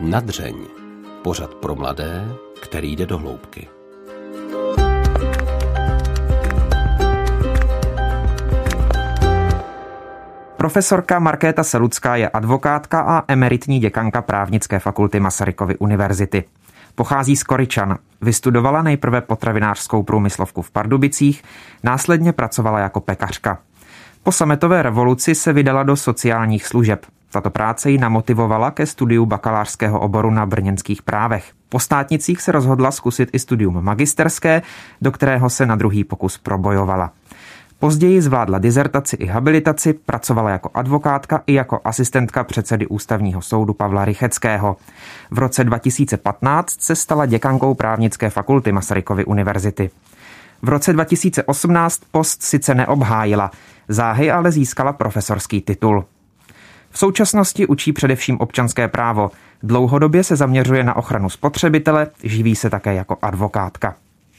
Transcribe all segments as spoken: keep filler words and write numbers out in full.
Nadřeň. Pořad pro mladé, který jde do hloubky. Profesorka Markéta Selucká je advokátka a emeritní děkanka Právnické fakulty Masarykovy univerzity. Pochází z Koryčan. Vystudovala nejprve potravinářskou průmyslovku v Pardubicích, následně pracovala jako pekařka. Po sametové revoluci se vydala do sociálních služeb. Tato práce ji namotivovala ke studiu bakalářského oboru na brněnských právech. Po státnicích se rozhodla zkusit i studium magisterské, do kterého se na druhý pokus probojovala. Později zvládla dizertaci i habilitaci, pracovala jako advokátka i jako asistentka předsedy Ústavního soudu Pavla Rycheckého. V roce dva tisíce patnáct se stala děkankou Právnické fakulty Masarykovy univerzity. V roce dva tisíce osmnáct post sice neobhájila, záhy ale získala profesorský titul. V současnosti učí především občanské právo. Dlouhodobě se zaměřuje na ochranu spotřebitele, živí se také jako advokátka.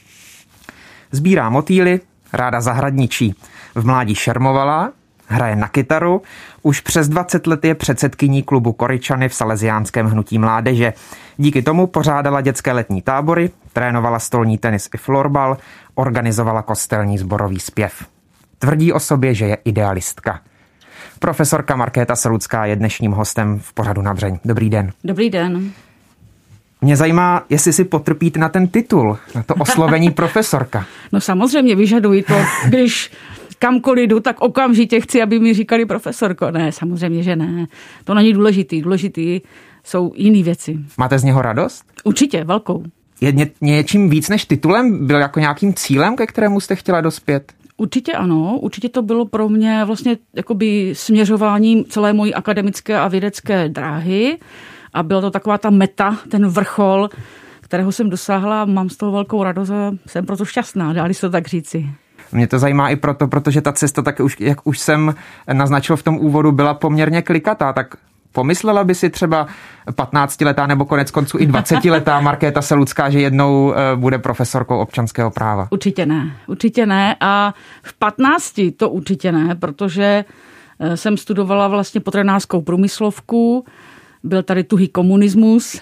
Sbírá motýly, ráda zahradničí. V mládí šermovala, hraje na kytaru, už přes dvacet let je předsedkyní klubu Koryčany v salesiánském hnutí mládeže. Díky tomu pořádala dětské letní tábory, trénovala stolní tenis i florbal, organizovala kostelní sborový zpěv. Tvrdí o sobě, že je idealistka. Profesorka Markéta Selucká je dnešním hostem v pořadu Nadřeň. Dobrý den. Dobrý den. Mě zajímá, jestli si potrpíte na ten titul, na to oslovení profesorka. No samozřejmě vyžaduji to, když kamkoliv jdu, tak okamžitě chci, aby mi říkali profesorko. Ne, samozřejmě, že ne. To není důležitý. Důležitý jsou jiný věci. Máte z něho radost? Určitě, velkou. Je ně, něčím víc než titulem? Byl jako nějakým cílem, ke kterému jste chtěla dospět? Určitě ano, určitě to bylo pro mě vlastně jakoby směřováním celé mojí akademické a vědecké dráhy a byla to taková ta meta, ten vrchol, kterého jsem dosáhla, mám z toho velkou radost a jsem proto šťastná, dá-li se to tak říci. Mě to zajímá i proto, protože ta cesta, tak už, jak už jsem naznačil v tom úvodu, byla poměrně klikatá, tak pomyslela by si třeba patnáctiletá nebo konec konců i dvacetiletá Markéta Selucká, že jednou bude profesorkou občanského práva? Určitě ne, určitě ne a v patnácti to určitě ne, protože jsem studovala vlastně potravinářskou průmyslovku, byl tady tuhý komunismus,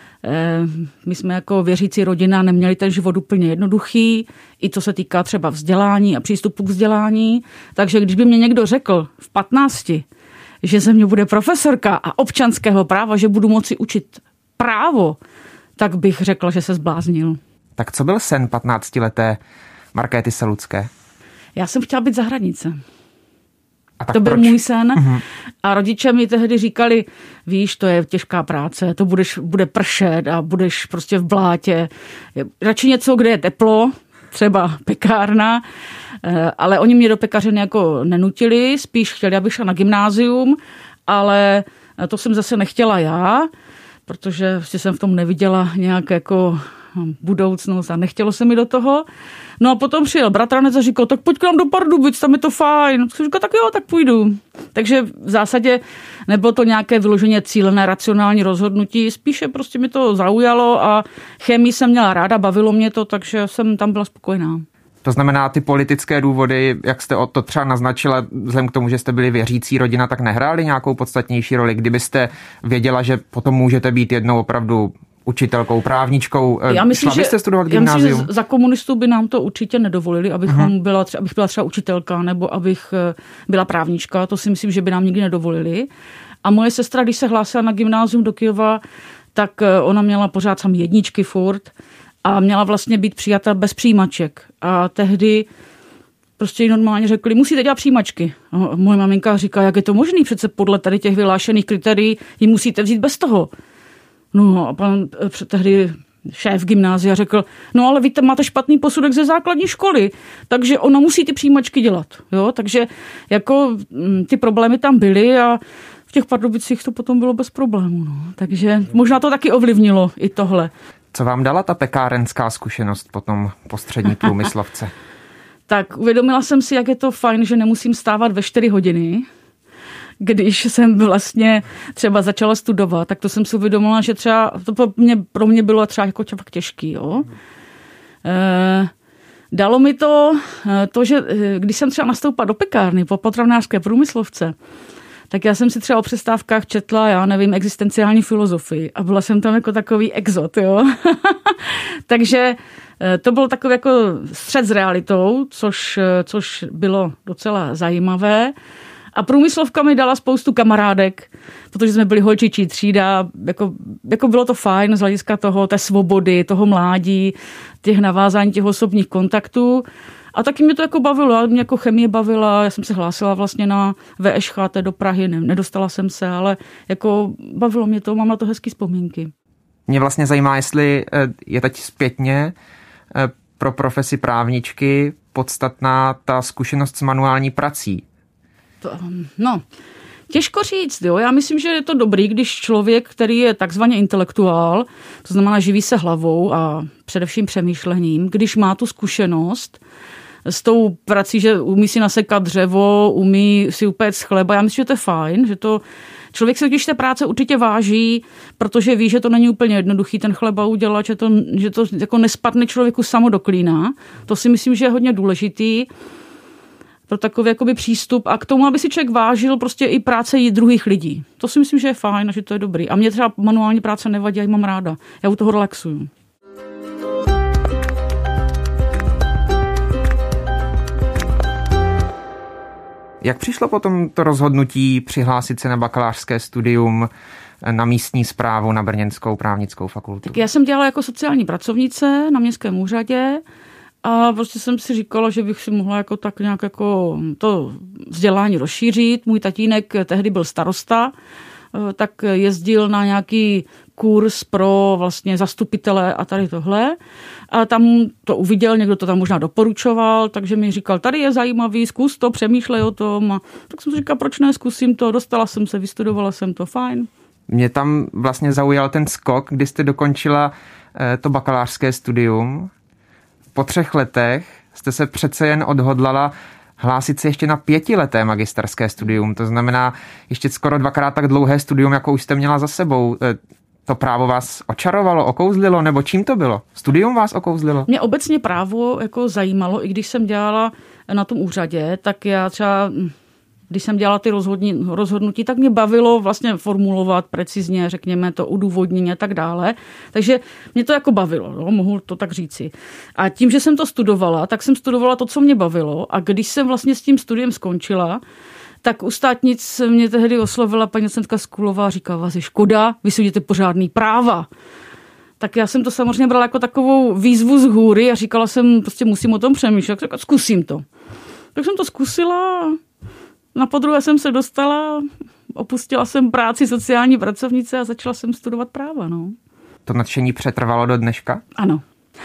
my jsme jako věřící rodina neměli ten život úplně jednoduchý, i co se týká třeba vzdělání a přístupu k vzdělání, takže když by mě někdo řekl v patnácti, že ze mě bude profesorka a občanského práva, že budu moci učit právo, tak bych řekla, že se zbláznil. Tak co byl sen patnáctileté Markéty Selucké? Já jsem chtěla být zahradnice. A tak to byl proč? můj sen. Uh-huh. A rodiče mi tehdy říkali, víš, to je těžká práce, to budeš, bude pršet a budeš prostě v blátě. Radši něco, kde je teplo, třeba pekárna, ale oni mě do pekařiny jako nenutili, spíš chtěli, abych šla na gymnázium, ale to jsem zase nechtěla já, protože jsem v tom neviděla nějak jako budoucnost a nechtělo se mi do toho. No a potom přijel bratranec a říkal, tak pojď k nám do Pardubic, tam je to fajn. Jsem říkal, tak jo, tak půjdu. Takže v zásadě nebylo to nějaké vyloženě cílené racionální rozhodnutí, spíše prostě mi to zaujalo a chemii jsem měla ráda, bavilo mě to, takže jsem tam byla spokojená. To znamená, ty politické důvody, jak jste o to třeba naznačila, vzhledem k tomu, že jste byli věřící rodina, tak nehrály nějakou podstatnější roli, kdybyste věděla, že potom můžete být jednou opravdu učitelkou, právničkou. Já myslím, Šla byste studovat gymnázium? Já myslím, že za komunistů by nám to určitě nedovolili, abychom uh-huh. byla, abych byla třeba učitelka nebo abych byla právnička. To si myslím, že by nám nikdy nedovolili. A moje sestra, když se hlásila na gymnázium do Kyjova, tak ona měla pořád samý jedničky furt a měla vlastně být přijata bez přijímaček. A tehdy prostě normálně řekli, musíte dělat přijímačky. A moje maminka říká, jak je to možný, přece podle tady těch vyhlášených kritérií ji musíte vzít bez toho. No a pan tehdy šéf gymnázia řekl, no ale víte, máte špatný posudek ze základní školy, takže ona musí ty přijímačky dělat. Jo? Takže jako ty problémy tam byly a v těch Pardubicích to potom bylo bez problémů. No. Takže možná to taky ovlivnilo i tohle. Co vám dala ta pekárenská zkušenost potom po střední průmyslovce? Tak uvědomila jsem si, jak je to fajn, že nemusím stávat ve čtyři hodiny. Když jsem vlastně třeba začala studovat, tak to jsem si uvědomila, že třeba to pro mě, pro mě bylo třeba jako fakt těžký. Jo? E, dalo mi to, to, že když jsem třeba nastoupila do pekárny po potravinářské průmyslovce, tak já jsem si třeba o přestávkách četla, já nevím, existenciální filozofii a byla jsem tam jako takový exot, jo. Takže to byl takový jako střet s realitou, což, což bylo docela zajímavé. A průmyslovka mi dala spoustu kamarádek, protože jsme byli holčičí třída, jako, jako bylo to fajn z hlediska toho, té svobody, toho mládí, těch navázání těch osobních kontaktů. A taky mě to jako bavilo, mě jako chemie bavila, já jsem se hlásila vlastně na V Š Ch T do Prahy, ne, nedostala jsem se, ale jako bavilo mě to, mám na to hezký vzpomínky. Mě vlastně zajímá, jestli je teď zpětně pro profesi právničky podstatná ta zkušenost s manuální prací. No, těžko říct, jo. Já myslím, že je to dobrý, když člověk, který je takzvaně intelektuál, to znamená živí se hlavou a především přemýšlením, když má tu zkušenost s tou prací, že umí si nasekat dřevo, umí si upéct chleba. Já myslím, že to je fajn, že to člověk se totiž té práce určitě váží, protože ví, že to není úplně jednoduchý ten chleba udělat, že to, že to jako nespadne člověku samo do klína. To si myslím, že je hodně důležitý pro takový jakoby přístup a k tomu, aby si člověk vážil prostě i práce i druhých lidí. To si myslím, že je fajn a že to je dobrý. A mě třeba manuální práce nevadí, já ji mám ráda. Já u toho relaxuju. Jak přišlo potom to rozhodnutí přihlásit se na bakalářské studium na místní správu na Brněnskou právnickou fakultu? Tak já jsem dělala jako sociální pracovnice na městském úřadě a prostě jsem si říkala, že bych si mohla jako tak nějak jako to vzdělání rozšířit. Můj tatínek tehdy byl starosta, tak jezdil na nějaký kurz pro vlastně zastupitele a tady tohle. A tam to uviděl, někdo to tam možná doporučoval, takže mi říkal, tady je zajímavý, zkus to, přemýšlej o tom. A tak jsem si říkala, proč ne, zkusím to, dostala jsem se, vystudovala jsem to, fajn. Mě tam vlastně zaujal ten skok, kdy jste dokončila to bakalářské studium. Po třech letech jste se přece jen odhodlala hlásit se ještě na pětileté magisterské studium. To znamená ještě skoro dvakrát tak dlouhé studium, jako už jste měla za sebou. To právo vás očarovalo, okouzlilo, nebo čím to bylo? Studium vás okouzlilo? Mě obecně právo jako zajímalo, i když jsem dělala na tom úřadě, tak já třeba, když jsem dělala ty rozhodní, rozhodnutí, tak mě bavilo vlastně formulovat precizně, řekněme to udůvodnění a tak dále. Takže mě to jako bavilo, no, mohu to tak říci. A tím, že jsem to studovala, tak jsem studovala to, co mě bavilo. A když jsem vlastně s tím studiem skončila, tak u státnic mě tehdy oslovila paní docentka Skulová a říkala, vás je škoda, vy soudíte pořádný práva. Tak já jsem to samozřejmě brala jako takovou výzvu z hůry a říkala jsem, prostě musím o tom přemýšlet, tak zkusím to. Tak jsem to zkusila, na podruhé jsem se dostala, opustila jsem práci sociální pracovnice a začala jsem studovat práva. No. To nadšení přetrvalo do dneška? Ano.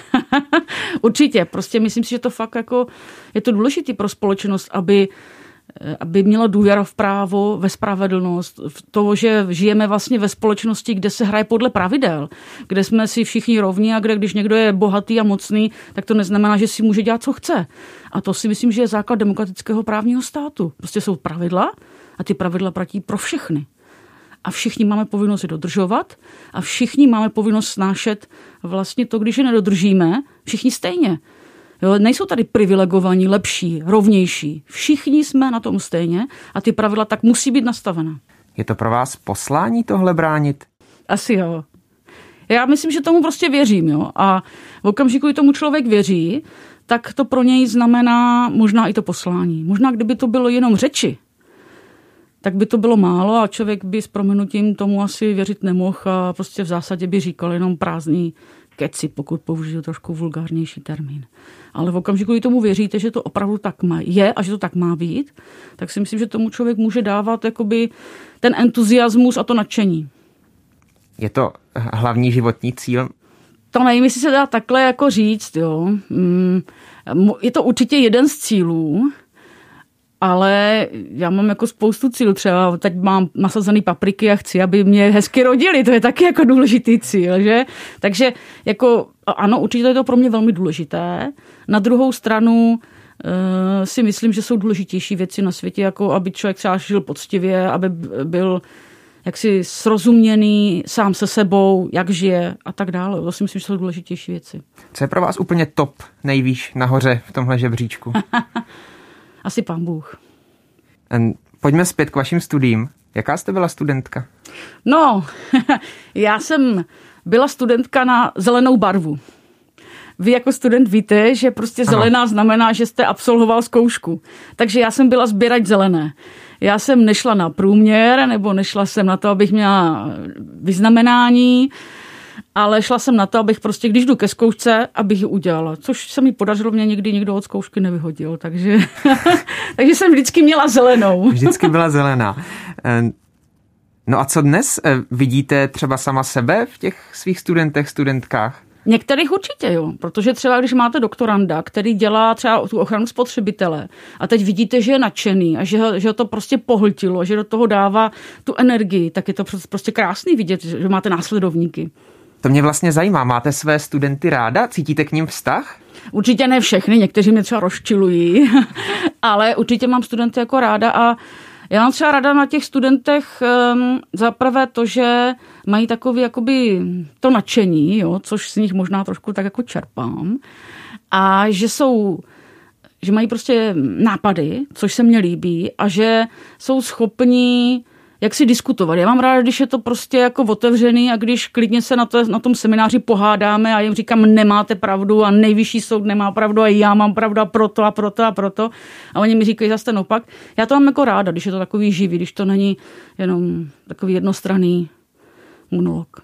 Určitě, prostě myslím si, že to fakt jako, je to důležité pro společnost, aby aby měla důvěra v právo, ve spravedlnost, v to, že žijeme vlastně ve společnosti, kde se hraje podle pravidel, kde jsme si všichni rovní a kde, když někdo je bohatý a mocný, tak to neznamená, že si může dělat, co chce. A to si myslím, že je základ demokratického právního státu. Prostě jsou pravidla a ty pravidla platí pro všechny. A všichni máme povinnost je dodržovat a všichni máme povinnost snášet vlastně to, když je nedodržíme, všichni stejně. Jo, nejsou tady privilegovaní, lepší, rovnější. Všichni jsme na tom stejně a ty pravidla tak musí být nastavena. Je to pro vás poslání tohle bránit? Asi jo. Já myslím, že tomu prostě věřím. Jo? A v okamžiku, kdy tomu člověk věří, tak to pro něj znamená možná i to poslání. Možná, kdyby to bylo jenom řeči, tak by to bylo málo a člověk by s prominutím tomu asi věřit nemohl a prostě v zásadě by říkal jenom prázdný keci, pokud použiju trošku vulgárnější termín. Ale v okamžiku, kdy tomu věříte, že to opravdu tak má, je a že to tak má být, tak si myslím, že tomu člověk může dávat jakoby ten entuziasmus a to nadšení. Je to hlavní životní cíl? To nevím, jestli se dá takhle jako říct. Jo. Je to určitě jeden z cílů, ale já mám jako spoustu cílů. Třeba teď mám nasazený papriky a chci, aby mě hezky rodili. To je taky jako důležitý cíl, že? Takže jako ano, určitě je to pro mě velmi důležité. Na druhou stranu e, si myslím, že jsou důležitější věci na světě, jako aby člověk třeba žil poctivě, aby byl jaksi srozuměný sám se sebou, jak žije a tak dále. To si myslím, že jsou důležitější věci. Co je pro vás úplně top, nejvýš nahoře v tomhle žebříčku? Asi Pán Bůh. Pojďme zpět k vašim studiím. Jaká jste byla studentka? No, já jsem byla studentka na zelenou barvu. Vy jako student víte, že prostě zelená ano. znamená, že jste absolvoval zkoušku. Takže já jsem byla sběrač zelené. Já jsem nešla na průměr, nebo nešla jsem na to, abych měla vyznamenání, ale šla jsem na to, abych prostě, když jdu ke zkoušce, abych ji udělala. Což se mi podařilo, mě nikdy nikdo od zkoušky nevyhodil. Takže, takže jsem vždycky měla zelenou. Vždycky byla zelená. No a co dnes? Vidíte třeba sama sebe v těch svých studentech, studentkách? Některých určitě, jo, protože třeba když máte doktoranda, který dělá třeba tu ochranu spotřebitele a teď vidíte, že je nadšený a že ho, že ho to prostě pohltilo, že do toho dává tu energii, tak je to prostě krásný vidět, že máte následovníky. To mě vlastně zajímá. Máte své studenty ráda? Cítíte k nim vztah? Určitě ne všechny, někteří mě třeba rozčilují, ale určitě mám studenty jako ráda a já mám třeba ráda na těch studentech um, za prvé to, že mají takový jakoby to nadšení, jo, což z nich možná trošku tak jako čerpám. A že jsou, že mají prostě nápady, což se mně líbí a že jsou schopní jak si diskutovat. Já mám ráda, když je to prostě jako otevřený a když klidně se na, to, na tom semináři pohádáme a jim říkám, nemáte pravdu a nejvyšší soud nemá pravdu a já mám pravdu a proto a proto a proto. A oni mi říkají zase ten opak. Já to mám jako ráda, když je to takový živý, když to není jenom takový jednostranný monolog.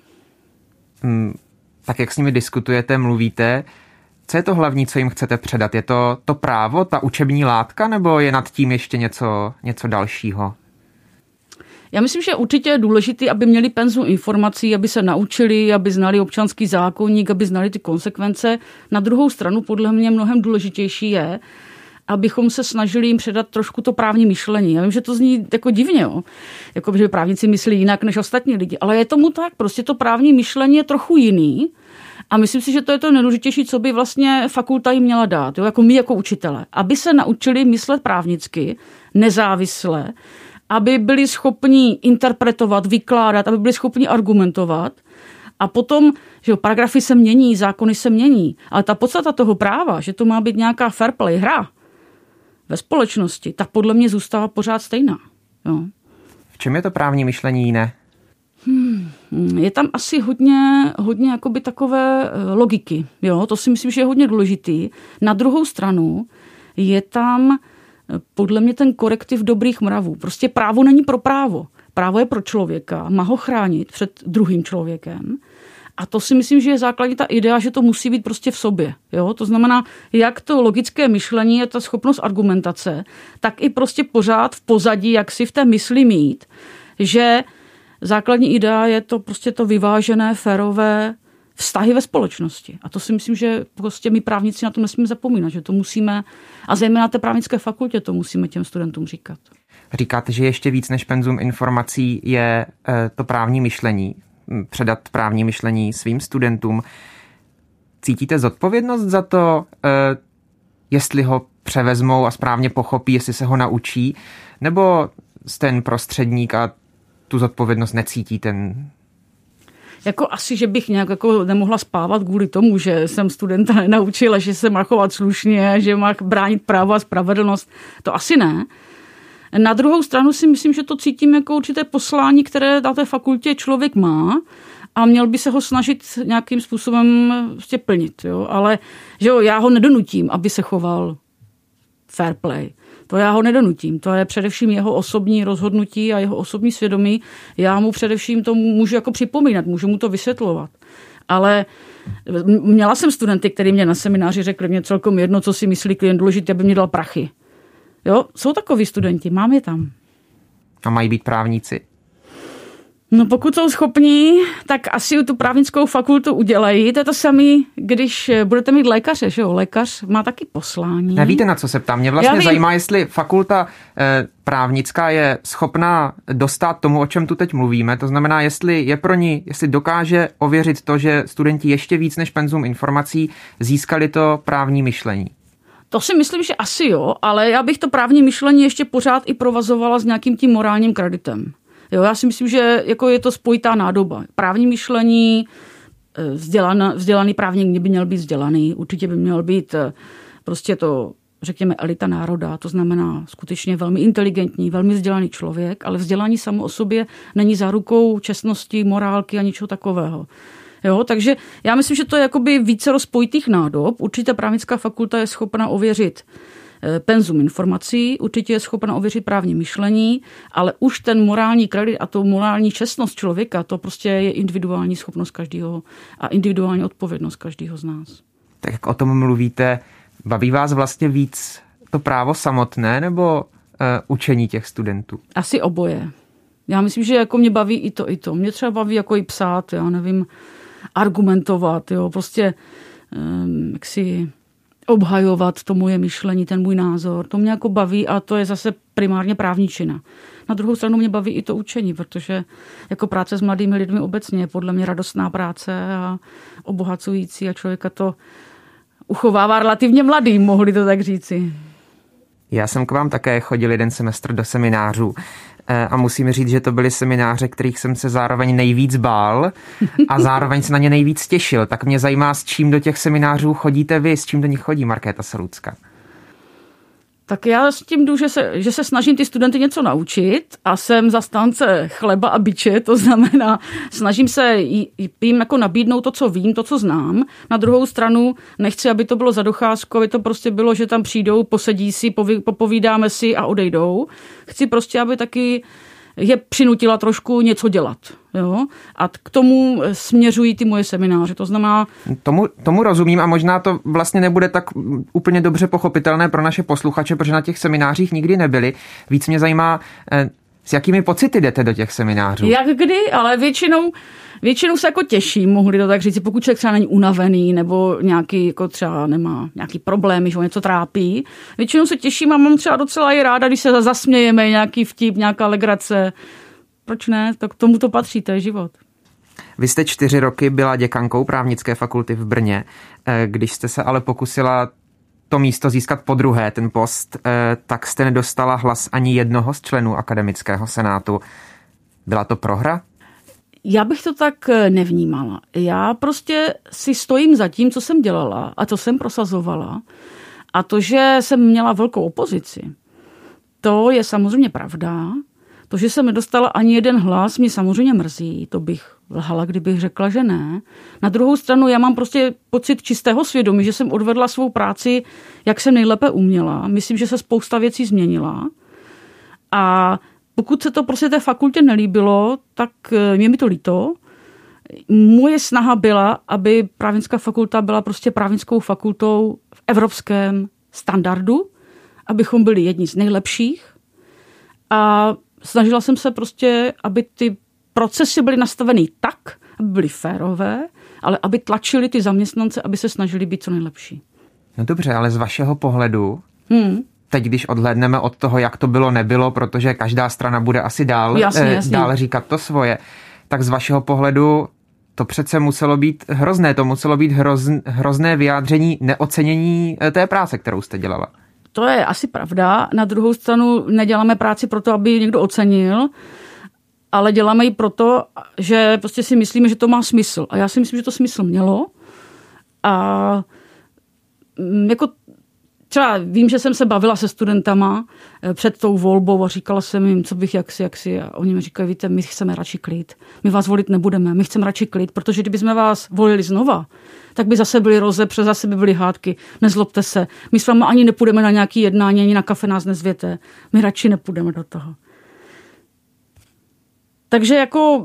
Hmm, tak jak s nimi diskutujete, mluvíte, co je to hlavní, co jim chcete předat? Je to to právo, ta učební látka, nebo je nad tím ještě něco, něco dalšího? Já myslím, že určitě je důležité, aby měli penzum informací, aby se naučili, aby znali občanský zákoník, aby znali ty konsekvence. Na druhou stranu podle mě mnohem důležitější je, abychom se snažili jim předat trošku to právní myšlení. Já vím, že to zní jako divně, jo? Jako, že právníci myslí jinak než ostatní lidi, ale je tomu tak. Prostě to právní myšlení je trochu jiný a myslím si, že to je to nejdůležitější, co by vlastně fakulta jim měla dát, jo? Jako my jako učitele. Aby se naučili myslet právnicky, nezávisle, aby byli schopni interpretovat, vykládat, aby byli schopni argumentovat. A potom, že paragrafy se mění, zákony se mění, ale ta podstata toho práva, že to má být nějaká fair play hra ve společnosti, tak podle mě zůstává pořád stejná. Jo. V čem je to právní myšlení jiné? Hmm, je tam asi hodně, hodně jakoby takové logiky. Jo, to si myslím, že je hodně důležitý. Na druhou stranu je tam podle mě ten korektiv dobrých mravů. Prostě právo není pro právo. Právo je pro člověka, má ho chránit před druhým člověkem. A to si myslím, že je základní ta idea, že to musí být prostě v sobě. Jo? To znamená, jak to logické myšlení je ta schopnost argumentace, tak i prostě pořád v pozadí, jak si v té mysli mít, že základní idea je to prostě to vyvážené, férové vztahy ve společnosti. A to si myslím, že prostě my právníci na to nesmíme zapomínat, že to musíme, a zejména na té právnické fakultě to musíme těm studentům říkat. Říkáte, že ještě víc než penzum informací je to právní myšlení, předat právní myšlení svým studentům. Cítíte zodpovědnost za to, jestli ho převezmou a správně pochopí, jestli se ho naučí, nebo jste ten prostředník a tu zodpovědnost necítí ten... Jako asi, že bych nějak jako nemohla spávat kvůli tomu, že jsem studenta nenaučila, že se má chovat slušně, že má bránit právo a spravedlnost. To asi ne. Na druhou stranu si myslím, že to cítím jako určité poslání, které na té fakultě člověk má a měl by se ho snažit nějakým způsobem prostě plnit. Jo? Ale že jo, já ho nedonutím, aby se choval fair play. To já ho nedonutím. To je především jeho osobní rozhodnutí a jeho osobní svědomí. Já mu především to můžu jako připomínat, můžu mu to vysvětlovat. Ale měla jsem studenty, kteří mě na semináři řekli, mě celkom jedno, co si myslí klient, důležité, aby mě dal prachy. Jo, jsou takoví studenti, mám je tam. A mají být právníci? No pokud jsou schopní, tak asi tu právnickou fakultu udělají. To je to samé, když budete mít lékaře, že jo? Lékař má taky poslání. Nevíte, na co se ptám. Mě vlastně zajímá, jestli fakulta eh, právnická je schopná dostat tomu, o čem tu teď mluvíme. To znamená, jestli je pro ní, jestli dokáže ověřit to, že studenti ještě víc než penzum informací získali to právní myšlení. To si myslím, že asi jo, ale já bych to právní myšlení ještě pořád i provazovala s nějakým tím morálním kreditem. Jo, já si myslím, že jako je to spojitá nádoba. Právní myšlení, vzdělaný, vzdělaný právník by měl být vzdělaný, určitě by měl být prostě to řekněme, elita národa, to znamená skutečně velmi inteligentní, velmi vzdělaný člověk, ale vzdělání samo o sobě není zárukou čestnosti, morálky a ničeho takového. Jo, takže já myslím, že to je jakoby více rozpojitých nádob. Určitě právnická fakulta je schopna ověřit penzum informací, určitě je schopna ověřit právní myšlení, ale už ten morální kredit a to morální čestnost člověka, to prostě je individuální schopnost každého a individuální odpovědnost každého z nás. Tak jak o tom mluvíte, baví vás vlastně víc to právo samotné nebo uh, učení těch studentů? Asi oboje. Já myslím, že jako mě baví i to, i to. Mě třeba baví jako i psát, já nevím, argumentovat, jo, prostě um, jak si obhajovat to moje myšlení, ten můj názor. To mě jako baví a to je zase primárně právničina. Na druhou stranu mě baví i to učení, protože jako práce s mladými lidmi obecně je podle mě radostná práce a obohacující a člověka to uchovává relativně mladým, mohli to tak říci. Já jsem k vám také chodil jeden semestr do seminářů a musím říct, že to byly semináře, kterých jsem se zároveň nejvíc bál a zároveň se na ně nejvíc těšil. Tak mě zajímá, s čím do těch seminářů chodíte vy, s čím do nich chodí Markéta Salucká. Tak já s tím jdu, že se, že se snažím ty studenty něco naučit a jsem zastánce chleba a biče, to znamená, snažím se jim jako nabídnout to, co vím, to, co znám. Na druhou stranu nechci, aby to bylo za docházku, aby to prostě bylo, že tam přijdou, posedí si, popovídáme si a odejdou. Chci prostě, aby taky je přinutila trošku něco dělat. Jo? A k tomu směřují ty moje semináře. To znamená... Tomu, tomu rozumím a možná to vlastně nebude tak úplně dobře pochopitelné pro naše posluchače, protože na těch seminářích nikdy nebyli. Víc mě zajímá, s jakými pocity jdete do těch seminářů? Jak kdy, ale většinou, většinou se jako těším, mohli to tak říct, pokud člověk třeba není unavený nebo nějaký, jako třeba nemá nějaký problémy, že ho něco trápí. Většinou se těším a mám třeba docela i ráda, když se zasmějeme, nějaký vtip, nějaká legrace. Proč ne? Tak tomu to patří, to je život. Vy jste čtyři roky byla děkankou právnické fakulty v Brně. Když jste se ale pokusila to místo získat podruhé, ten post, tak jste nedostala hlas ani jednoho z členů akademického senátu. Byla to prohra? Já bych to tak nevnímala. Já prostě si stojím za tím, co jsem dělala a co jsem prosazovala. A to, že jsem měla velkou opozici, to je samozřejmě pravda. To, že jsem nedostala ani jeden hlas, mě samozřejmě mrzí. To bych lhala, kdybych řekla, že ne. Na druhou stranu já mám prostě pocit čistého svědomí, že jsem odvedla svou práci, jak jsem nejlépe uměla. Myslím, že se spousta věcí změnila. A pokud se to prostě té fakultě nelíbilo, tak mě mi to líto. Moje snaha byla, aby právnická fakulta byla prostě právnickou fakultou v evropském standardu, abychom byli jedni z nejlepších. A snažila jsem se prostě, aby ty procesy byly nastaveny tak, aby byly férové, ale aby tlačili ty zaměstnance, aby se snažili být co nejlepší. No dobře, ale z vašeho pohledu, hmm. teď když odhlédneme od toho, jak to bylo, nebylo, protože každá strana bude asi dál, jasně, jasně. dál říkat to svoje, tak z vašeho pohledu to přece muselo být hrozné, to muselo být hroz, hrozné vyjádření neocenění té práce, kterou jste dělala. To je asi pravda. Na druhou stranu neděláme práci proto, aby ji někdo ocenil, ale děláme ji proto, že prostě si myslíme, že to má smysl. A já si myslím, že to smysl mělo. A jako třeba vím, že jsem se bavila se studentama před tou volbou a říkala jsem jim, co bych jaksi, jaksi. A oni mi říkají, víte, my chceme radši klid. My vás volit nebudeme, my chceme radši klid, protože kdybychom vás volili znova, tak by zase byly rozepře, zase by byly hádky. Nezlobte se, my s váma ani nepůjdeme na nějaký jednání, ani na kafe nás nezvěte. My radši nepůjdeme do toho. Takže jako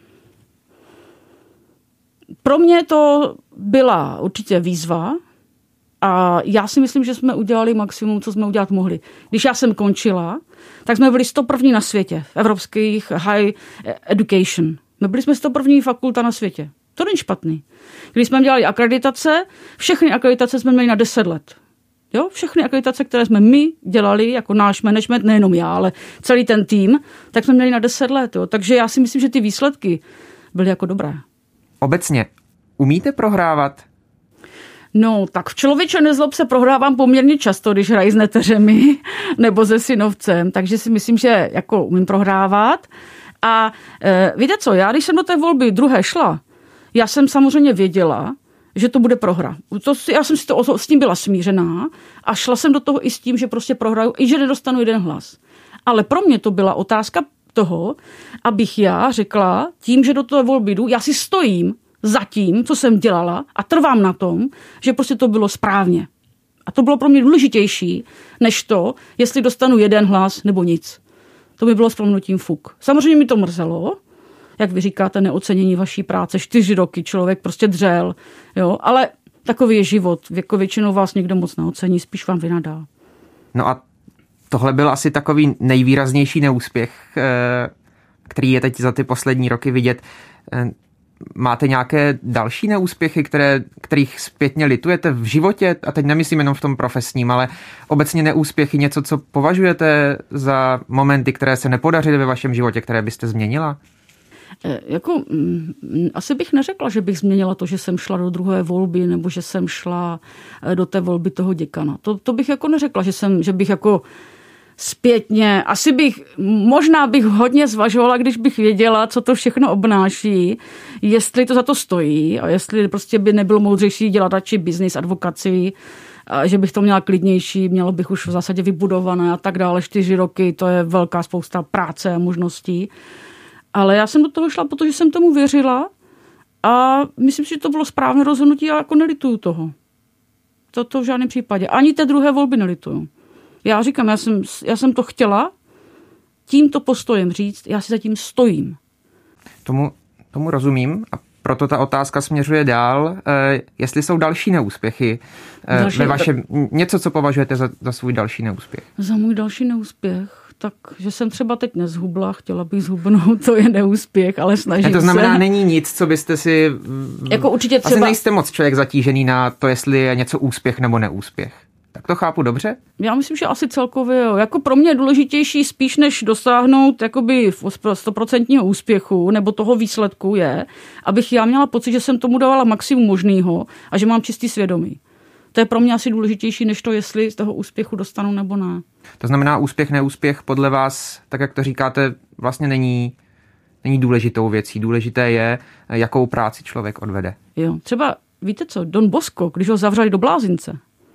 pro mě to byla určitě výzva a já si myslím, že jsme udělali maximum, co jsme udělat mohli. Když já jsem končila, tak jsme byli sto první na světě v evropských high education. My byli jsme sto první fakulta na světě. To není špatný. Když jsme dělali akreditace, všechny akreditace jsme měli na deset let. Jo? Všechny akreditace, které jsme my dělali, jako náš management, nejenom já, ale celý ten tým, tak jsme měli na deset let. Jo? Takže já si myslím, že ty výsledky byly jako dobré. Obecně, umíte prohrávat? No, tak v Člověče nezlob se prohrávám poměrně často, když hrají s neteřemi nebo se synovcem, takže si myslím, že jako umím prohrávat. A e, víte co, já když jsem do té volby druhé šla, já jsem samozřejmě věděla, že to bude prohra. To, já jsem si to, s tím byla smířená a šla jsem do toho i s tím, že prostě prohraju, i že nedostanu jeden hlas. Ale pro mě to byla otázka toho, abych já řekla, tím, že do toho volby jdu, já si stojím za tím, co jsem dělala a trvám na tom, že prostě to bylo správně. A to bylo pro mě důležitější, než to, jestli dostanu jeden hlas nebo nic. To by bylo s prominutím fuk. Samozřejmě mi to mrzelo, jak vy říkáte, neocenění vaší práce, čtyři roky člověk prostě dřel, jo, ale takový je život. Jako většinou vás někdo moc neocení, spíš vám vynadá. No a tohle byl asi takový nejvýraznější neúspěch, který je teď za ty poslední roky vidět. Máte nějaké další neúspěchy, které, kterých zpětně litujete v životě? A teď nemyslím jenom v tom profesním, ale obecně neúspěchy, něco, co považujete za momenty, které se nepodařily ve vašem životě, které byste změnila? Jako, asi bych neřekla, že bych změnila to, že jsem šla do druhé volby, nebo že jsem šla do té volby toho děkana. To, to bych jako neřekla, že, jsem, že bych jako zpětně, asi bych, možná bych hodně zvažovala, když bych věděla, co to všechno obnáší, jestli to za to stojí a jestli prostě by nebylo moudřejší dělat radši biznis, advokaci, a že bych to měla klidnější, mělo bych už v zásadě vybudované a tak dále, čtyři roky, to je velká spousta práce a možností. Ale já jsem do toho šla, protože jsem tomu věřila a myslím si, že to bylo správné rozhodnutí a jako nelituju toho. To, to v žádném případě. Ani té druhé volby nelituju. Já říkám, já jsem, já jsem to chtěla tímto postojem říct, já si zatím stojím. Tomu, tomu rozumím a proto ta otázka směřuje dál. E, jestli jsou další neúspěchy e, další, ve vašem, něco, co považujete za, za svůj další neúspěch? Za můj další neúspěch? Tak, že jsem třeba teď nezhubla, chtěla bych zhubnout, to je neúspěch, ale snažím se. To znamená, se. Není nic, co byste si... Jako určitě třeba... Asi nejste moc člověk zatížený na to, jestli je něco úspěch nebo neúspěch. Tak to chápu dobře? Já myslím, že asi celkově jo. Jako pro mě je důležitější spíš, než dosáhnout jakoby stoprocentního úspěchu nebo toho výsledku je, abych já měla pocit, že jsem tomu dávala maximum možného a že mám čistý svědomí. To je pro mě asi důležitější, než to, jestli z toho úspěchu dostanu nebo ne. To znamená, úspěch, neúspěch podle vás, tak jak to říkáte, vlastně není, není důležitou věcí. Důležité je, jakou práci člověk odvede. Jo, třeba víte co, Don Bosco, když ho zavřeli do blázince,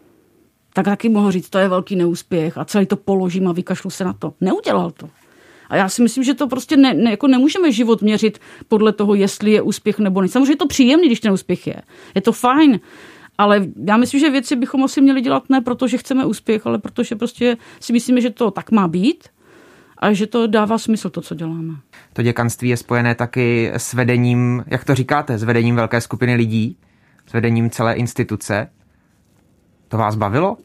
tak taky mohl říct, to je velký neúspěch a celý to položím a vykašlu se na to. Neudělal to. A já si myslím, že to prostě ne, ne, jako nemůžeme život měřit podle toho, jestli je úspěch nebo ne. Samozřejmě je to příjemný, když ten úspěch je. Je to fajn. Ale já myslím, že věci bychom asi měli dělat ne proto, že chceme úspěch, ale protože prostě si myslíme, že to tak má být a že to dává smysl to, co děláme. To děkanství je spojené taky s vedením, jak to říkáte, s vedením velké skupiny lidí, s vedením celé instituce. To vás bavilo?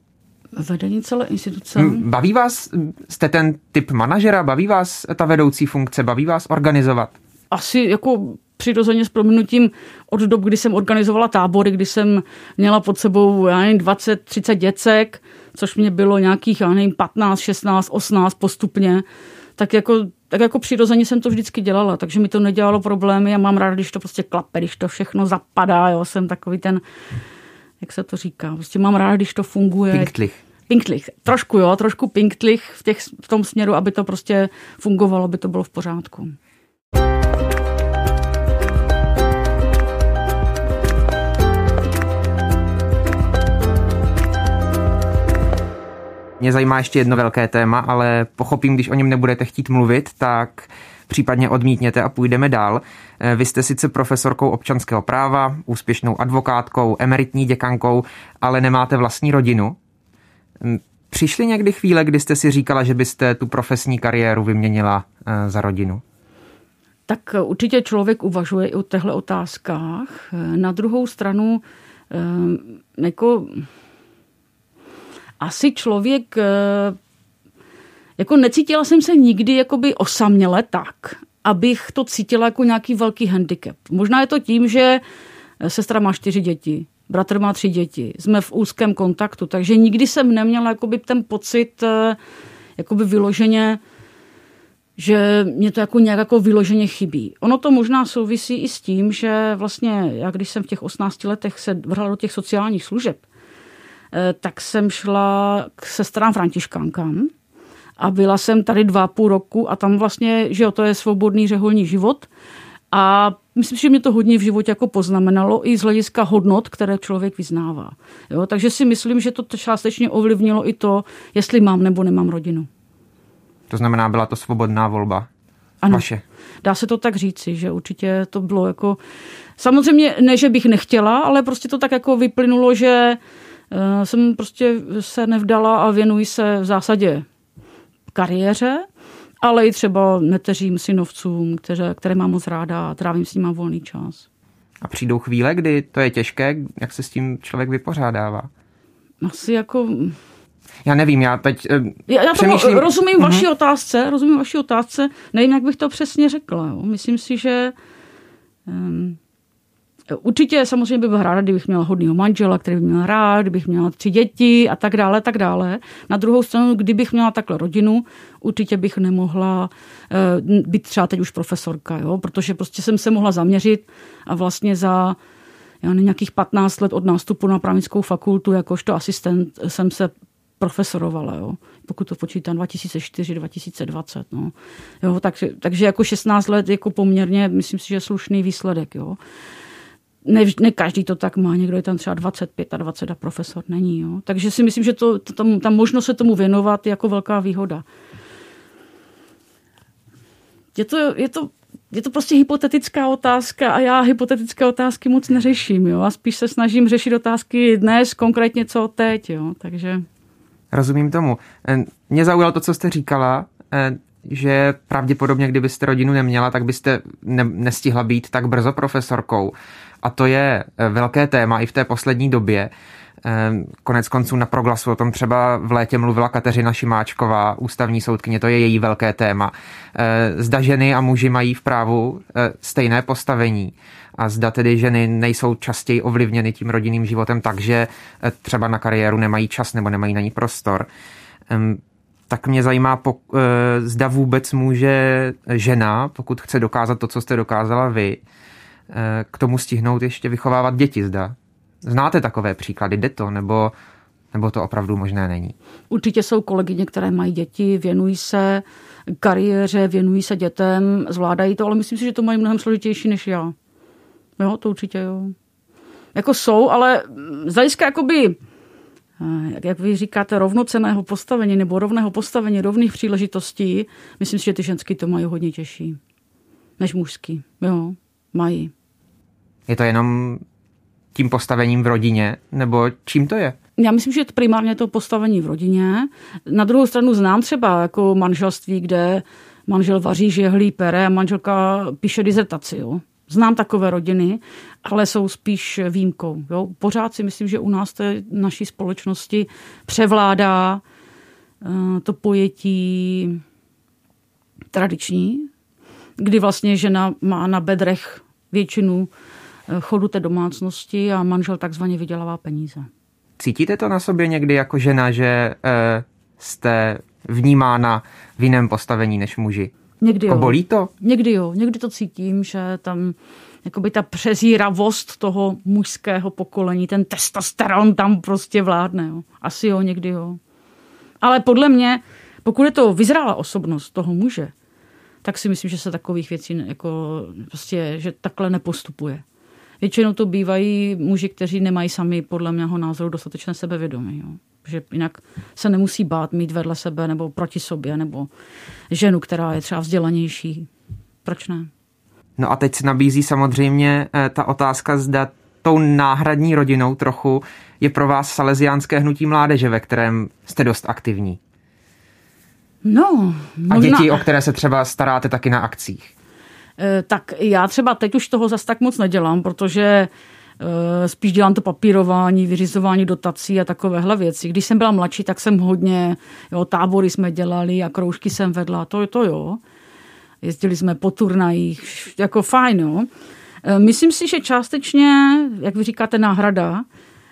Vedení celé instituce? Baví vás, jste ten typ manažera, baví vás ta vedoucí funkce, baví vás organizovat? Asi jako přirozeně s prominutím od dob, kdy jsem organizovala tábory, kdy jsem měla pod sebou já nevím, dvacet třicet děcek, což mě bylo nějakých já nevím, patnáct, šestnáct, osmnáct postupně, tak jako, tak jako přirozeně jsem to vždycky dělala, takže mi to nedělalo problémy a mám rád, když to prostě klape, když to všechno zapadá, jo, jsem takový ten, jak se to říká, prostě mám rád, když to funguje. Pinktlich. Pinktlich, trošku jo, trošku pinktlich v, těch, v tom směru, aby to prostě fungovalo, aby to bylo v pořádku. Mě zajímá ještě jedno velké téma, ale pochopím, když o něm nebudete chtít mluvit, tak případně odmítněte a půjdeme dál. Vy jste sice profesorkou občanského práva, úspěšnou advokátkou, emeritní děkankou, ale nemáte vlastní rodinu. Přišly někdy chvíle, kdy jste si říkala, že byste tu profesní kariéru vyměnila za rodinu? Tak určitě člověk uvažuje i o těchto otázkách. Na druhou stranu, jako... Asi člověk, jako necítila jsem se nikdy jakoby osaměle tak, abych to cítila jako nějaký velký handicap. Možná je to tím, že sestra má čtyři děti, bratr má tři děti, jsme v úzkém kontaktu, takže nikdy jsem neměla jakoby ten pocit jakoby vyloženě, že mě to jako nějak jako vyloženě chybí. Ono to možná souvisí i s tím, že vlastně já, když jsem v těch osmnácti letech se vrhla do těch sociálních služeb, tak jsem šla k sestrám františkánkám a byla jsem tady dva půl roku a tam vlastně, že jo, to je svobodný řeholní život A myslím, že mě to hodně v životě jako poznamenalo i z hlediska hodnot, které člověk vyznává. Jo? Takže si myslím, že to částečně ovlivnilo i to, jestli mám nebo nemám rodinu. To znamená, byla to svobodná volba ano, vaše? Dá se to tak říci, že určitě to bylo jako... Samozřejmě ne, že bych nechtěla, ale prostě to tak jako vyplynulo, že jsem prostě se nevdala a věnuji se v zásadě kariéře, ale i třeba neteřím synovcům, které, které mám moc ráda a trávím s nima volný čas. A přijdou chvíle, kdy to je těžké, jak se s tím člověk vypořádává? Asi jako... Já nevím, já teď Já, já přemýšlím... tomu rozumím uh-huh. vaší otázce, rozumím vaší otázce, nevím, jak bych to přesně řekla. Jo. Myslím si, že um, určitě samozřejmě bych byla ráda, kdybych měla hodnýho manžela, který by měla rád, kdybych měla tři děti a tak dále, tak dále. Na druhou stranu, kdybych měla takhle rodinu, určitě bych nemohla uh, být třeba teď už profesorka, jo, protože prostě jsem se mohla zaměřit a vlastně za já nevím, nějakých patnáct let od nástupu na právnickou fakultu jakožto asistent jsem se profesorovala, jo. Pokud to počítám dva tisíce čtyři dva tisíce dvacet, no. Jo, takže, takže jako šestnáct let jako poměrně, myslím si, že slušný výsledek, jo. Ne, ne každý to tak má, někdo je tam třeba dvacet pět a dvacet a profesor není, jo. Takže si myslím, že to, to, tam, ta možnost se tomu věnovat je jako velká výhoda. Je to, je to Je to prostě hypotetická otázka a já hypotetické otázky moc neřeším, jo. A spíš se snažím řešit otázky dnes, konkrétně co teď, jo. Takže... Rozumím tomu. Mě zaujalo to, co jste říkala, že pravděpodobně, kdybyste rodinu neměla, tak byste ne- nestihla být tak brzo profesorkou. A to je velké téma i v té poslední době. Konec konců na Proglasu o tom třeba v létě mluvila Kateřina Šimáčková, ústavní soudkyně, to je její velké téma. Zda ženy a muži mají v právu stejné postavení a zda tedy ženy nejsou častěji ovlivněny tím rodinným životem tak, že třeba na kariéru nemají čas nebo nemají na ní prostor. Tak mě zajímá, zda vůbec může žena, pokud chce dokázat to, co jste dokázala vy, k tomu stihnout ještě vychovávat děti, zda. Znáte takové příklady, jde to, nebo, nebo to opravdu možné není? Určitě jsou kolegyně, které mají děti, věnují se kariéře, věnují se dětem, zvládají to, ale myslím si, že to mají mnohem složitější než já. Jo, to určitě jo. Jako jsou, ale z hlediska jakoby, jak vy říkáte, rovnocenného postavení nebo rovného postavení, rovných příležitostí, myslím si, že ty ženský to mají hodně těžší než mužský. Jo, mají. Je to jenom tím postavením v rodině, nebo čím to je? Já myslím, že je to primárně to postavení v rodině. Na druhou stranu znám třeba jako manželství, kde manžel vaří, žehlí, pere a manželka píše dizertaci. Jo. Znám takové rodiny, ale jsou spíš výjimkou. Jo. Pořád si myslím, že u nás té naší společnosti převládá uh, to pojetí tradiční, kdy vlastně žena má na bedrech většinu chodu té domácnosti a manžel takzvaně vydělává peníze. Cítíte to na sobě někdy jako žena, že e, jste vnímána v jiném postavení než muži? Někdy jo. Bolí to? Někdy jo. Někdy to cítím, že tam jakoby ta přezíravost toho mužského pokolení, ten testosteron tam prostě vládne. Jo. Asi jo, někdy jo. Ale podle mě, pokud je to vyzrálá osobnost toho muže, tak si myslím, že se takových věcí jako prostě, že takhle nepostupuje. Většinou to bývají muži, kteří nemají sami podle mého názoru dostatečné sebevědomí. Jo. Že jinak se nemusí bát mít vedle sebe nebo proti sobě nebo ženu, která je třeba vzdělanější. Proč ne? No a teď se nabízí samozřejmě ta otázka, zda tou náhradní rodinou trochu je pro vás salesiánské hnutí mládeže, ve kterém jste dost aktivní. No, možná... A děti, o které se třeba staráte taky na akcích. Tak já třeba teď už toho zas tak moc nedělám, protože spíš dělám to papírování, vyřizování dotací a takovéhle věci. Když jsem byla mladší, tak jsem hodně, jo, tábory jsme dělali a kroužky jsem vedla, to, to jo. Jezdili jsme po turnajích, jako fajn, jo. Myslím si, že částečně, jak vy říkáte, náhrada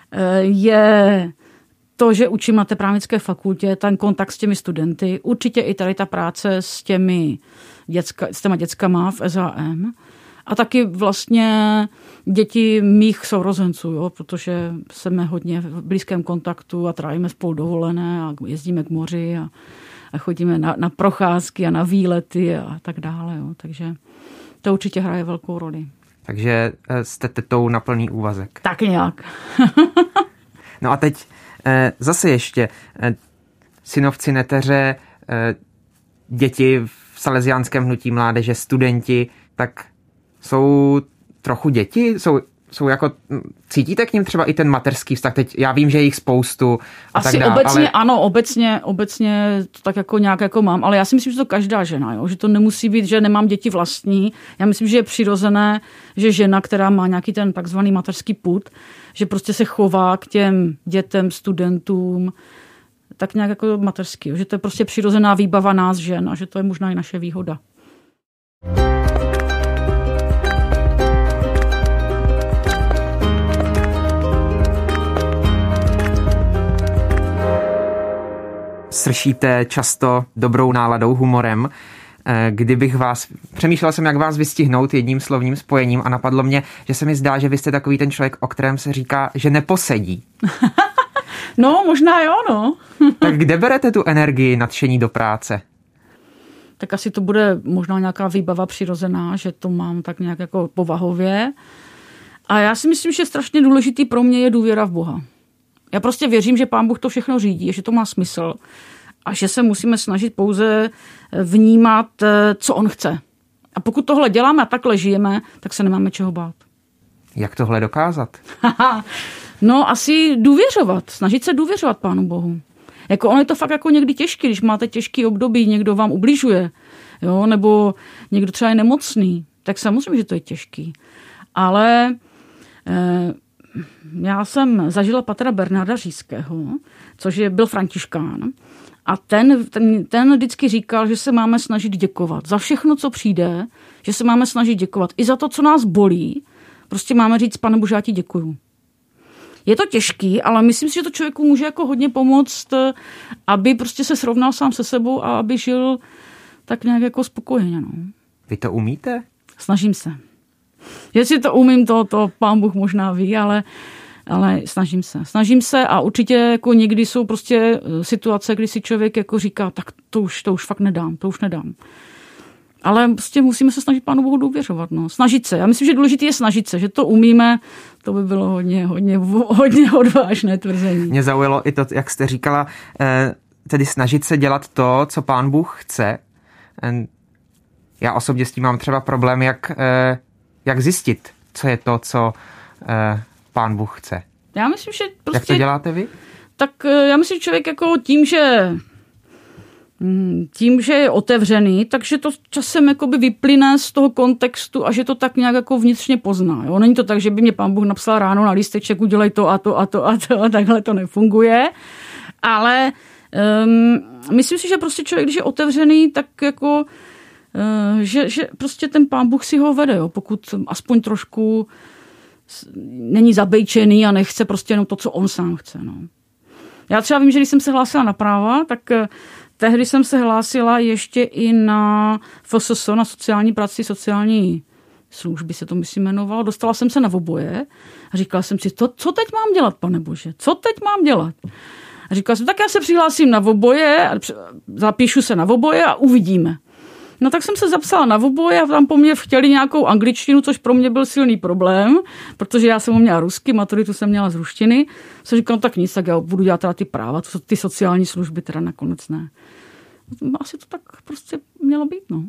je to, že učím na té právnické fakultě, ten kontakt s těmi studenty, určitě i tady ta práce s těmi děcka, s těma dětskama v S H M a taky vlastně děti mých sourozenců, jo, protože jsme hodně v blízkém kontaktu a trávíme spolu dovolené a jezdíme k moři a, a chodíme na, na procházky a na výlety a tak dále. Jo. Takže To určitě hraje velkou roli. Takže jste tetou na plný úvazek. Tak nějak. No a teď zase ještě synovci, neteře, děti v salesiánském hnutí mládeže, studenti, tak jsou trochu děti, jsou, jsou jako, cítíte k nim třeba i ten mateřský vztah? Teď já vím, že je jich spoustu a Asi tak dále. obecně ale... ano, obecně, obecně to tak jako nějak jako mám, ale já si myslím, že to každá žena, jo? Že to nemusí být, že nemám děti vlastní. Já myslím, že je přirozené, že žena, která má nějaký ten takzvaný mateřský pud, že prostě se chová k těm dětem, studentům, tak nějak jako mateřský, jo? Že to je prostě přirozená výbava nás žen a že to je možná i naše výhoda. Sršíte často dobrou náladou, humorem. Kdybych vás, přemýšlel jsem, jak vás vystihnout jedním slovním spojením a napadlo mě, že se mi zdá, že vy jste takový ten člověk, o kterém se říká, že neposedí. No, možná jo, no. Tak kde berete tu energii, nadšení do práce? Tak asi to bude možná nějaká výbava přirozená, že to mám tak nějak jako povahově. A já si myslím, že strašně důležitý pro mě je důvěra v Boha. Já prostě věřím, že Pán Bůh to všechno řídí, že to má smysl a že se musíme snažit pouze vnímat, co on chce. A pokud tohle děláme a takhle žijeme, tak se nemáme čeho bát. Jak tohle dokázat? No asi důvěřovat, snažit se důvěřovat Pánu Bohu. Jako on je to fakt jako někdy těžký, když máte těžký období, někdo vám ubližuje, jo, nebo někdo třeba je nemocný, tak samozřejmě, že to je těžký. Ale eh, já jsem zažila patra Bernarda Říského, což je, byl františkán. A ten, ten, ten vždycky říkal, že se máme snažit děkovat. Za všechno, co přijde, že se máme snažit děkovat. I za to, co nás bolí, prostě máme říct, Pane Bože, já ti děkuju. Je to těžký, ale myslím si, že to člověku může jako hodně pomoct, aby prostě se srovnal sám se sebou a aby žil tak nějak jako spokojeně. No. Vy to umíte? Snažím se. Jestli to umím, to, to Pán Bůh možná ví, ale, ale snažím se. Snažím se a určitě jako někdy jsou prostě situace, kdy si člověk jako říká, tak to už, to už fakt nedám, to už nedám. Ale prostě musíme se snažit Pánu Bohu důvěřovat. No. Snažit se. Já myslím, že důležité je snažit se, že to umíme, to by bylo hodně, hodně, hodně odvážné tvrzení. Mě zaujalo i to, jak jste říkala, tedy snažit se dělat to, co Pán Bůh chce. Já osobně s tím mám třeba problém, jak, jak zjistit, co je to, co Pán Bůh chce. Já myslím, že prostě... Jak to děláte vy? Tak já myslím, že člověk jako tím, že tím, že je otevřený, takže to časem jakoby vyplyne z toho kontextu a že to tak nějak jako vnitřně pozná. Jo? Není to tak, že by mě Pán Bůh napsal ráno na lísteček, udělej to a to a to a to a takhle to nefunguje. Ale um, myslím si, že prostě člověk, když je otevřený, tak jako uh, že, že prostě ten Pán Bůh si ho vede, jo? Pokud aspoň trošku není zabejčený a nechce prostě jenom to, co on sám chce. No. Já třeba vím, že když jsem se hlásila na práva, tak tehdy jsem se hlásila ještě i na F S S, na sociální práci, sociální služby se to myslím jmenovalo. Dostala jsem se na oboje a říkala jsem si, to, co teď mám dělat, Pane Bože? Co teď mám dělat? A říkala jsem, tak já se přihlásím na oboje, zapíšu se na oboje a uvidíme. No tak jsem se zapsala na oboje a tam po mně chtěli nějakou angličtinu, což pro mě byl silný problém, protože já jsem měla rusky, maturitu jsem měla z ruštiny. Jsem říkala, no tak nic, tak já budu dělat teda ty práva, ty sociální služby teda nakonec ne. Asi to tak prostě mělo být, no.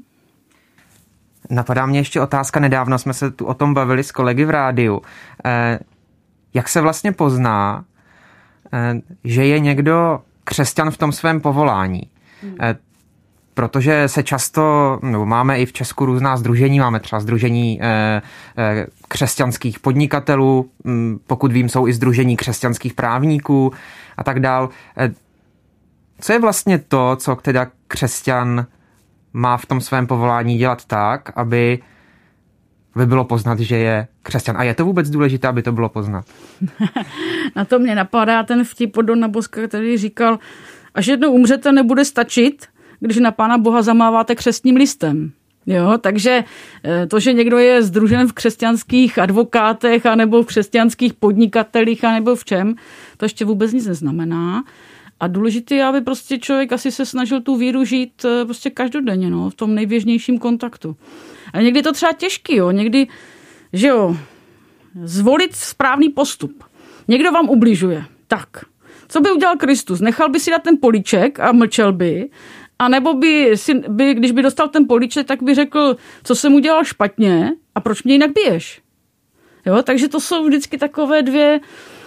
Napadá mě ještě otázka, nedávno jsme se tu o tom bavili s kolegy v rádiu. Eh, jak se vlastně pozná, eh, že je někdo křesťan v tom svém povolání? Eh, Protože se často, no, máme i v Česku různá sdružení, máme třeba sdružení eh, eh, křesťanských podnikatelů, hm, pokud vím, jsou i sdružení křesťanských právníků a tak dál. Eh, co je vlastně to, co teda křesťan má v tom svém povolání dělat tak, aby, aby bylo poznat, že je křesťan? A je to vůbec důležité, aby to bylo poznat? Na to mě napadá ten vtip od Dona Boska, který říkal, až jednou umřete, nebude stačit, když na Pána Boha zamáváte křestním listem. Jo, takže to, že někdo je sdružen v křesťanských advokátech anebo v křesťanských podnikatelích anebo v čem, to ještě vůbec nic neznamená. A důležité je, aby prostě člověk asi se snažil tu víru žít prostě každodenně, no, v tom nejběžnějším kontaktu. A někdy je to třeba těžký, jo. Někdy, že jo, zvolit správný postup. Někdo vám ubližuje. Tak, co by udělal Kristus? Nechal by si dát ten políček a mlčel by, a nebo by, si, by, když by dostal ten políček, tak by řekl, co jsem udělal špatně a proč mě jinak biješ? Jo, takže to jsou vždycky takové dvě,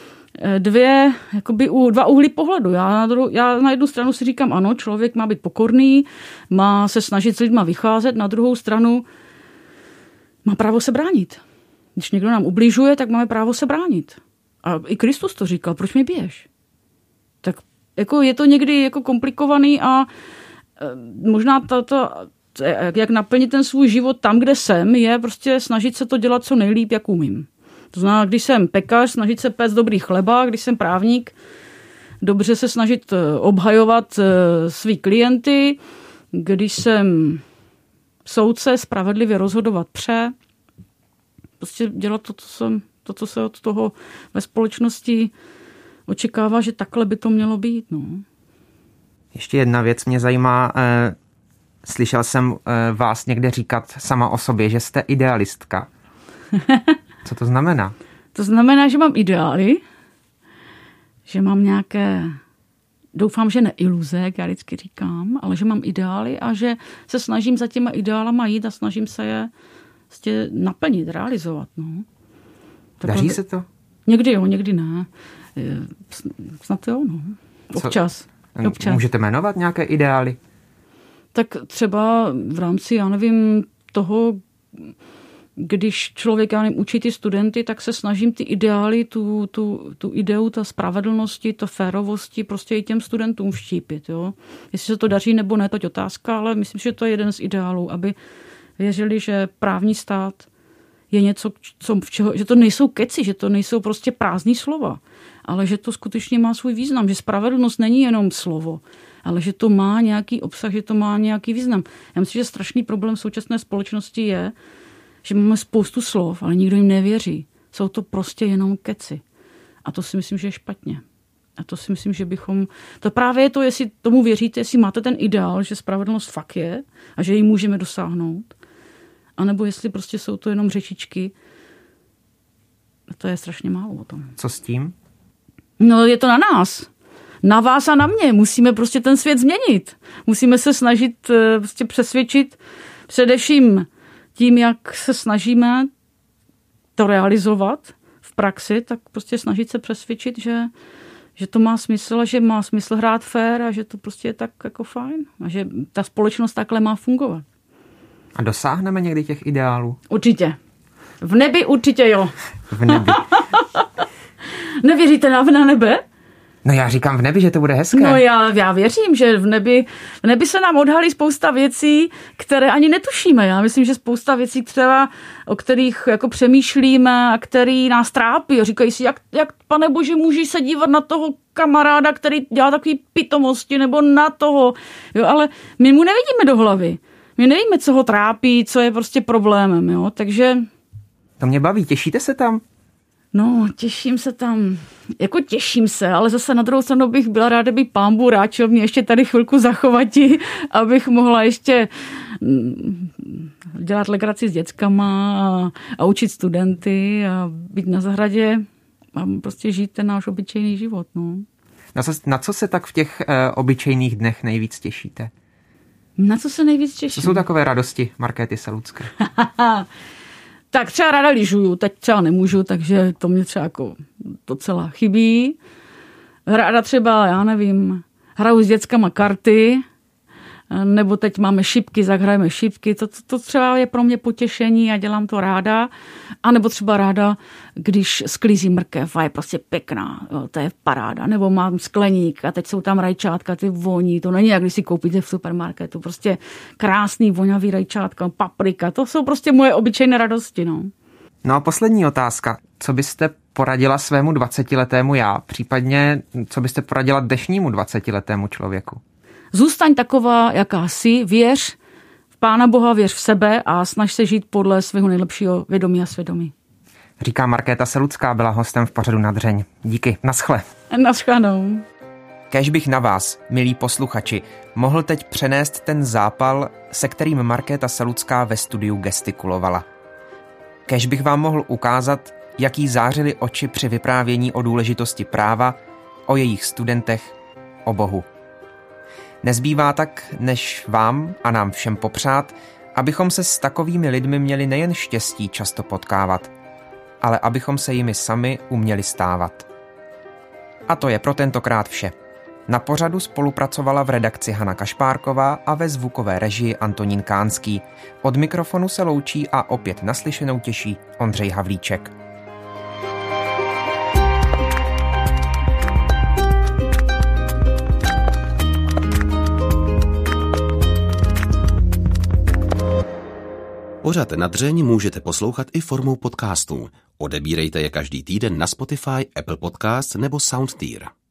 dvě jakoby dva úhly pohledu. Já na, dru, já na jednu stranu si říkám, ano, člověk má být pokorný, má se snažit s lidma vycházet, na druhou stranu má právo se bránit. Když někdo nám ubližuje, tak máme právo se bránit. A i Kristus to říkal, proč mě biješ? Tak jako je to někdy jako komplikovaný a možná to, to, jak naplnit ten svůj život tam, kde jsem, je prostě snažit se to dělat co nejlíp, jak umím. To znamená, když jsem pekař, snažit se péct dobrý chleba, když jsem právník, dobře se snažit obhajovat svý klienty, když jsem soudce, spravedlivě rozhodovat pře, prostě dělat to, co, jsem, to, co se od toho ve společnosti očekává, že takhle by to mělo být. No. Ještě jedna věc mě zajímá. Slyšel jsem vás někde říkat sama o sobě, že jste idealistka. Co to znamená? To znamená, že mám ideály, že mám nějaké, doufám, že ne iluze, jak já vždycky říkám, ale že mám ideály a že se snažím za těma ideálama jít a snažím se je vlastně naplnit, realizovat. No. Daří se to? Někdy jo, někdy ne. Snad jo, no. Občas. Co? Občas. Můžete jmenovat nějaké ideály? Tak třeba v rámci, já nevím, toho, když člověk, já nevím, učí ty studenty, tak se snažím ty ideály, tu, tu, tu ideu, ta spravedlnosti, ta férovosti prostě i těm studentům vštípit. Jo? Jestli se to daří nebo ne, to je otázka, ale myslím, že to je jeden z ideálů, aby věřili, že právní stát je něco, co, v čeho, že to nejsou keci, že to nejsou prostě prázdný slova, ale že to skutečně má svůj význam, že spravedlnost není jenom slovo, ale že to má nějaký obsah, že to má nějaký význam. Já myslím, že strašný problém současné společnosti je, že máme spoustu slov, ale nikdo jim nevěří. Jsou to prostě jenom keci. A to si myslím, že je špatně. A to si myslím, že bychom... To právě je to, jestli tomu věříte, jestli máte ten ideál, že spravedlnost fakt je a že ji můžeme dosáhnout, anebo jestli prostě jsou to jenom řečičky. To je strašně málo o tom. Co s tím? No je to na nás. Na vás a na mě. Musíme prostě ten svět změnit. Musíme se snažit prostě přesvědčit především tím, jak se snažíme to realizovat v praxi, tak prostě snažit se přesvědčit, že, že to má smysl a že má smysl hrát fair a že to prostě je tak jako fajn a že ta společnost takhle má fungovat. A dosáhneme někdy těch ideálů? Určitě. V nebi určitě jo. V nebi. Nevěříte na, na nebe? No já říkám v nebi, že to bude hezké. No já, já věřím, že v nebi, v nebi se nám odhalí spousta věcí, které ani netušíme. Já myslím, že spousta věcí, třeba, o kterých jako přemýšlíme a který nás trápí. A říkají si, jak, jak pane bože, můžeš se dívat na toho kamaráda, který dělá takový pitomosti, nebo na toho. Jo, ale my mu nevidíme do hlavy. My nevíme, co ho trápí, co je prostě problémem. Jo? Takže... To mě baví. Těšíte se tam? No, těším se tam. Jako těším se, ale zase na druhou stranu bych byla ráda, kdyby pán Bůh ráčil mě ještě tady chvilku zachovati, abych mohla ještě dělat legraci s dětskama a, a učit studenty a být na zahradě a prostě žít ten náš obyčejný život. No. Na, co, na co se tak v těch uh, obyčejných dnech nejvíc těšíte? Na co se nejvíc těším? Co jsou takové radosti Markéty Salucké? Tak třeba ráda lyžuju, teď třeba nemůžu, takže to mě třeba jako docela chybí. Ráda třeba, já nevím, hraju s dětskama karty, nebo teď máme šipky, zahrajeme šipky, to, to, to třeba je pro mě potěšení a dělám to ráda. A nebo třeba ráda, když sklízí mrkev a je prostě pěkná, jo, to je paráda. Nebo mám skleník a teď jsou tam rajčátka, ty voní, to není jak když si koupíte v supermarketu, prostě krásný voňavý rajčátka, paprika, to jsou prostě moje obyčejné radosti. No, no a poslední otázka, co byste poradila svému dvacetiletému já, případně co byste poradila dnešnímu dvacetiletému člověku? Zůstaň taková, jaká jsi, věř v Pána Boha, věř v sebe a snaž se žít podle svého nejlepšího vědomí a svědomí. Říká Markéta Salucká, byla hostem v pořadu Nadřeň. Díky, naschle. Naschledanou. Kéž bych na vás, milí posluchači, mohl teď přenést ten zápal, se kterým Markéta Salucká ve studiu gestikulovala. Kéž bych vám mohl ukázat, jak jí zářily oči při vyprávění o důležitosti práva, o jejich studentech, o Bohu. Nezbývá tak, než vám a nám všem popřát, abychom se s takovými lidmi měli nejen štěstí často potkávat, ale abychom se jimi sami uměli stávat. A to je pro tentokrát vše. Na pořadu spolupracovala v redakci Hana Kašpárková a ve zvukové režii Antonín Kánský. Od mikrofonu se loučí a opět naslyšenou těší Ondřej Havlíček. Pořad Na dřeň můžete poslouchat i formou podcastů. Odebírejte je každý týden na Spotify, Apple Podcasts nebo SoundTier.